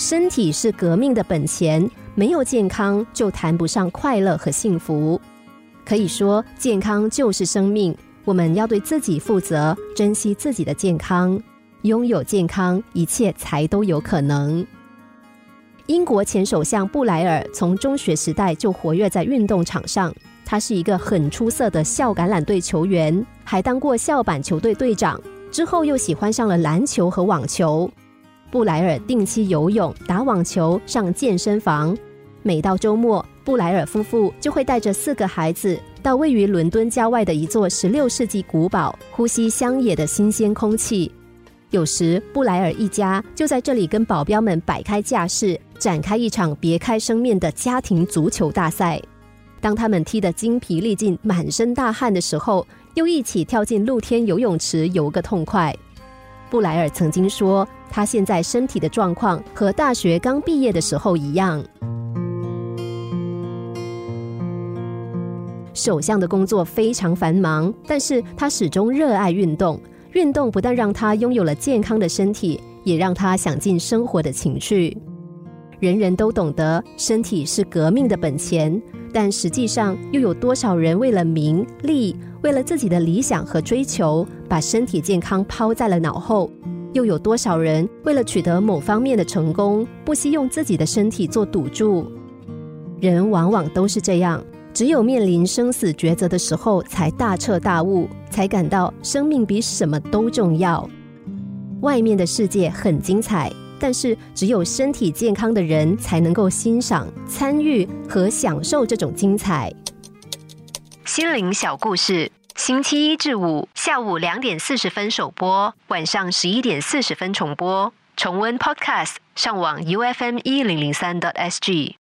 身体是革命的本钱，没有健康就谈不上快乐和幸福。可以说，健康就是生命，我们要对自己负责，珍惜自己的健康。拥有健康，一切才都有可能。英国前首相布莱尔从中学时代就活跃在运动场上，他是一个很出色的校橄榄队球员，还当过校板球队队长，之后又喜欢上了篮球和网球。布莱尔定期游泳、打网球、上健身房。每到周末，布莱尔夫妇就会带着4个孩子到位于伦敦郊外的一座16世纪古堡，呼吸乡野的新鲜空气。有时布莱尔一家就在这里跟保镖们摆开架势，展开一场别开生面的家庭足球大赛。当他们踢得精疲力尽、满身大汗的时候，又一起跳进露天游泳池游个痛快。布莱尔曾经说，他现在身体的状况和大学刚毕业的时候一样。首相的工作非常繁忙，但是他始终热爱运动。运动不但让他拥有了健康的身体，也让他享尽生活的情趣。人人都懂得身体是革命的本钱，但实际上又有多少人为了名利，为了自己的理想和追求，把身体健康抛在了脑后？又有多少人为了取得某方面的成功，不惜用自己的身体做赌注？人往往都是这样，只有面临生死抉择的时候，才大彻大悟，才感到生命比什么都重要。外面的世界很精彩，但是只有身体健康的人才能够欣赏、参与和享受这种精彩。心灵小故事，星期1至5下午2点40分首播，晚上11点40分重播。重温 Podcast， 上网 UFM1003.SG。